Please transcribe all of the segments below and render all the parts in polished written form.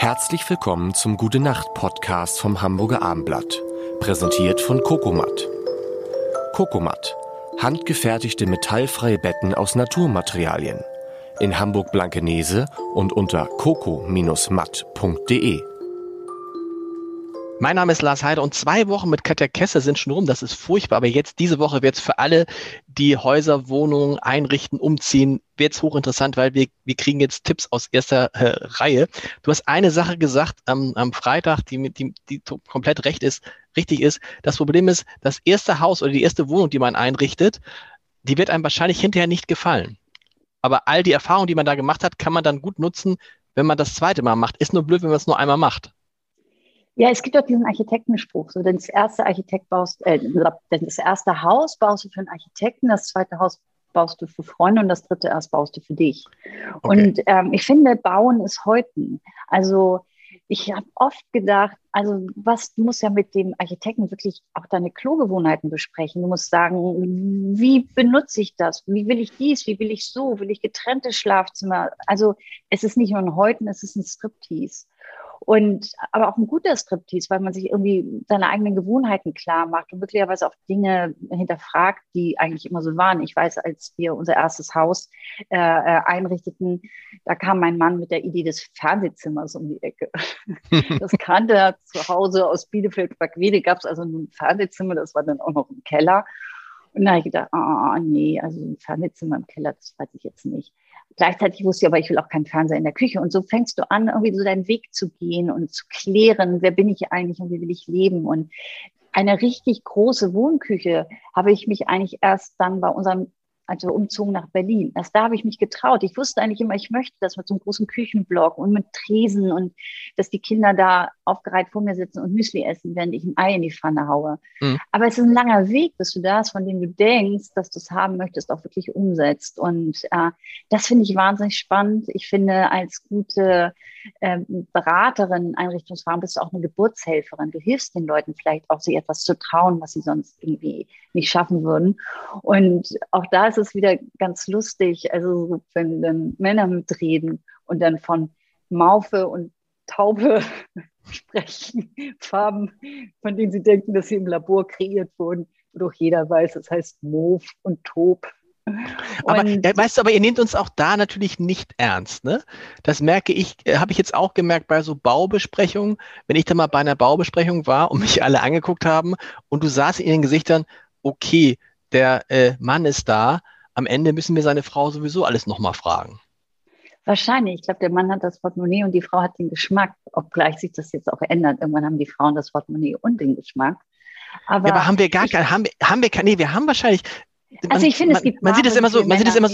Herzlich willkommen zum Gute-Nacht-Podcast vom Hamburger Abendblatt. Präsentiert von Cocomat. Cocomat. Handgefertigte metallfreie Betten aus Naturmaterialien. In Hamburg-Blankenese und unter coco-matt.de. Mein Name ist Lars Heider und 2 Wochen mit Katja Kessler sind schon rum. Das ist furchtbar. Aber jetzt, diese Woche wird es für alle, die Häuser, Wohnungen einrichten, umziehen, wird es hochinteressant, weil wir kriegen jetzt Tipps aus erster Reihe. Du hast eine Sache gesagt am Freitag, die komplett richtig ist. Das Problem ist, das erste Haus oder die erste Wohnung, die man einrichtet, die wird einem wahrscheinlich hinterher nicht gefallen. Aber all die Erfahrungen, die man da gemacht hat, kann man dann gut nutzen, wenn man das zweite Mal macht. Ist nur blöd, wenn man es nur einmal macht. Ja, es gibt doch diesen Architektenspruch, so das erste das erste Haus baust du für einen Architekten, das zweite Haus baust du für Freunde und das dritte erst baust du für dich. Okay. Und ich finde, Bauen ist Häuten. Also ich habe oft gedacht, du musst ja mit dem Architekten wirklich auch deine Klogewohnheiten besprechen. Du musst sagen, wie benutze ich das? Wie will ich dies? Wie will ich so? Will ich getrennte Schlafzimmer? Also es ist nicht nur ein Häuten, es ist ein Striptease. Aber auch ein guter Striptease, weil man sich irgendwie seine eigenen Gewohnheiten klar macht und möglicherweise auch Dinge hinterfragt, die eigentlich immer so waren. Ich weiß, als wir unser erstes Haus einrichteten, da kam mein Mann mit der Idee des Fernsehzimmers um die Ecke. Das kannte er zu Hause aus Bielefeld-Brackwede, gab es also ein Fernsehzimmer, das war dann auch noch im Keller. Und da habe ich gedacht, nee, also ein Fernsehzimmer im Keller, das weiß ich jetzt nicht. Gleichzeitig wusste ich aber, ich will auch keinen Fernseher in der Küche. Und so fängst du an, irgendwie so deinen Weg zu gehen und zu klären, wer bin ich eigentlich und wie will ich leben. Und eine richtig große Wohnküche habe ich mich eigentlich erst dann bei unserem Umzug nach Berlin. Erst da habe ich mich getraut. Ich wusste eigentlich immer, ich möchte das mit so einem großen Küchenblock und mit Tresen und dass die Kinder da aufgereiht vor mir sitzen und Müsli essen, während ich ein Ei in die Pfanne haue. Mhm. Aber es ist ein langer Weg, bis du das, von dem du denkst, dass du es haben möchtest, auch wirklich umsetzt. Und das finde ich wahnsinnig spannend. Ich finde, als gute Beraterin, Einrichtungsfrau, bist du auch eine Geburtshelferin. Du hilfst den Leuten vielleicht auch, sich etwas zu trauen, was sie sonst irgendwie nicht schaffen würden. Und auch da ist es wieder ganz lustig, also wenn dann Männer mitreden und dann von Mauve und Taube sprechen, Farben, von denen sie denken, dass sie im Labor kreiert wurden, wodurch jeder weiß, das heißt Mauve und Taub. Aber ihr nehmt uns auch da natürlich nicht ernst, ne? Das merke ich, habe ich jetzt auch gemerkt bei so Baubesprechungen, wenn ich da mal bei einer Baubesprechung war und mich alle angeguckt haben und du sahst in ihren Gesichtern, okay, der Mann ist da, am Ende müssen wir seine Frau sowieso alles nochmal fragen. Wahrscheinlich. Ich glaube, der Mann hat das Portemonnaie und die Frau hat den Geschmack, obgleich sich das jetzt auch ändert. Irgendwann haben die Frauen das Portemonnaie und den Geschmack. Aber haben wir gar keinen, wir haben wahrscheinlich. Ich finde, es gibt man sieht es immer so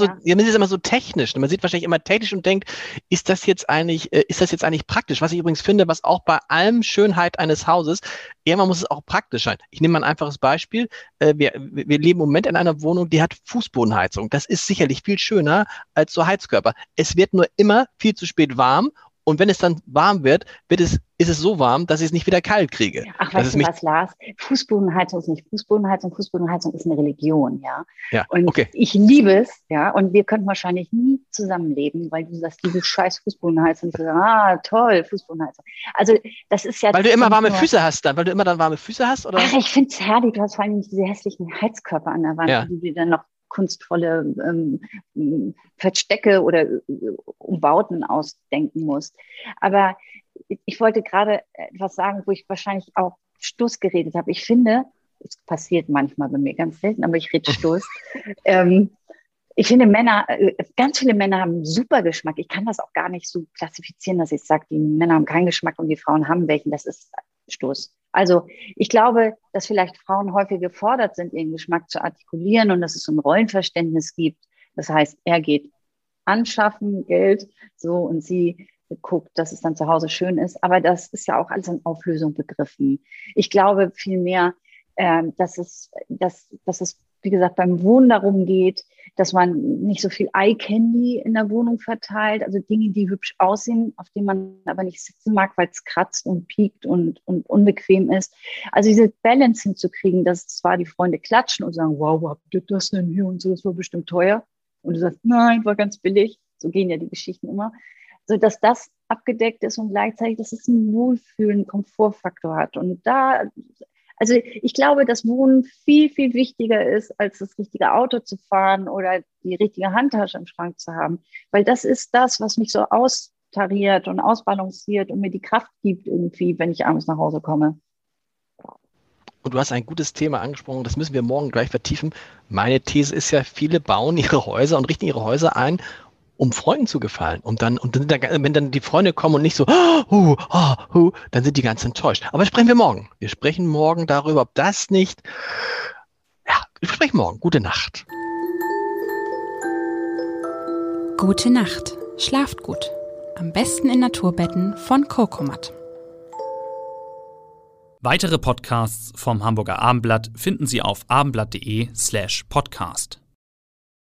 technisch. Man sieht wahrscheinlich immer technisch und denkt, ist das jetzt eigentlich praktisch? Was ich übrigens finde, was auch bei allem Schönheit eines Hauses, irgendwann muss es auch praktisch sein. Ich nehme mal ein einfaches Beispiel. Wir leben im Moment in einer Wohnung, die hat Fußbodenheizung. Das ist sicherlich viel schöner als so Heizkörper. Es wird nur immer viel zu spät warm. Und wenn es dann warm wird, ist es so warm, dass ich es nicht wieder kalt kriege. Ach, weißt du was, Lars? Fußbodenheizung ist nicht Fußbodenheizung. Fußbodenheizung ist eine Religion, ja. Und okay. Ich liebe es, ja. Und wir könnten wahrscheinlich nie zusammenleben, weil du sagst, diese scheiß Fußbodenheizung. Und ich sage, toll, Fußbodenheizung. Also, das ist ja... Weil du immer warme Füße hast dann? Weil du immer dann warme Füße hast? Oder? Ach, ich finde es herrlich. Du hast vor allem diese hässlichen Heizkörper an der Wand, die du dann noch kunstvolle Verstecke oder Umbauten ausdenken musst. Aber ich wollte gerade etwas sagen, wo ich wahrscheinlich auch Stoß geredet habe. Ich finde, es passiert manchmal bei mir, ganz selten, aber ich rede Stoß. Ich finde, ganz viele Männer haben super Geschmack. Ich kann das auch gar nicht so klassifizieren, dass ich sage, die Männer haben keinen Geschmack und die Frauen haben welchen. Das ist Stoß. Also ich glaube, dass vielleicht Frauen häufig gefordert sind, ihren Geschmack zu artikulieren und dass es so ein Rollenverständnis gibt. Das heißt, er geht anschaffen, Geld, so, und sie guckt, dass es dann zu Hause schön ist. Aber das ist ja auch alles in Auflösung begriffen. Ich glaube vielmehr, dass es, wie gesagt, beim Wohnen darum geht, dass man nicht so viel Eye-Candy in der Wohnung verteilt, also Dinge, die hübsch aussehen, auf denen man aber nicht sitzen mag, weil es kratzt und piekt und unbequem ist. Also diese Balance hinzukriegen, dass zwar die Freunde klatschen und sagen, wow, wo habt ihr das denn hier und so, das war bestimmt teuer. Und du sagst, nein, war ganz billig. So gehen ja die Geschichten immer. So dass das abgedeckt ist und gleichzeitig, dass es einen Wohlfühlen, Komfortfaktor hat. Und also ich glaube, dass Wohnen viel, viel wichtiger ist, als das richtige Auto zu fahren oder die richtige Handtasche im Schrank zu haben. Weil das ist das, was mich so austariert und ausbalanciert und mir die Kraft gibt irgendwie, wenn ich abends nach Hause komme. Und du hast ein gutes Thema angesprochen, das müssen wir morgen gleich vertiefen. Meine These ist ja, viele bauen ihre Häuser und richten ihre Häuser ein, um Freunden zu gefallen. Und wenn dann die Freunde kommen und nicht so, dann sind die ganz enttäuscht. Aber sprechen wir morgen. Wir sprechen morgen darüber, ob das nicht, wir sprechen morgen. Gute Nacht. Gute Nacht. Schlaft gut. Am besten in Naturbetten von Cocomat. Weitere Podcasts vom Hamburger Abendblatt finden Sie auf abendblatt.de/podcast.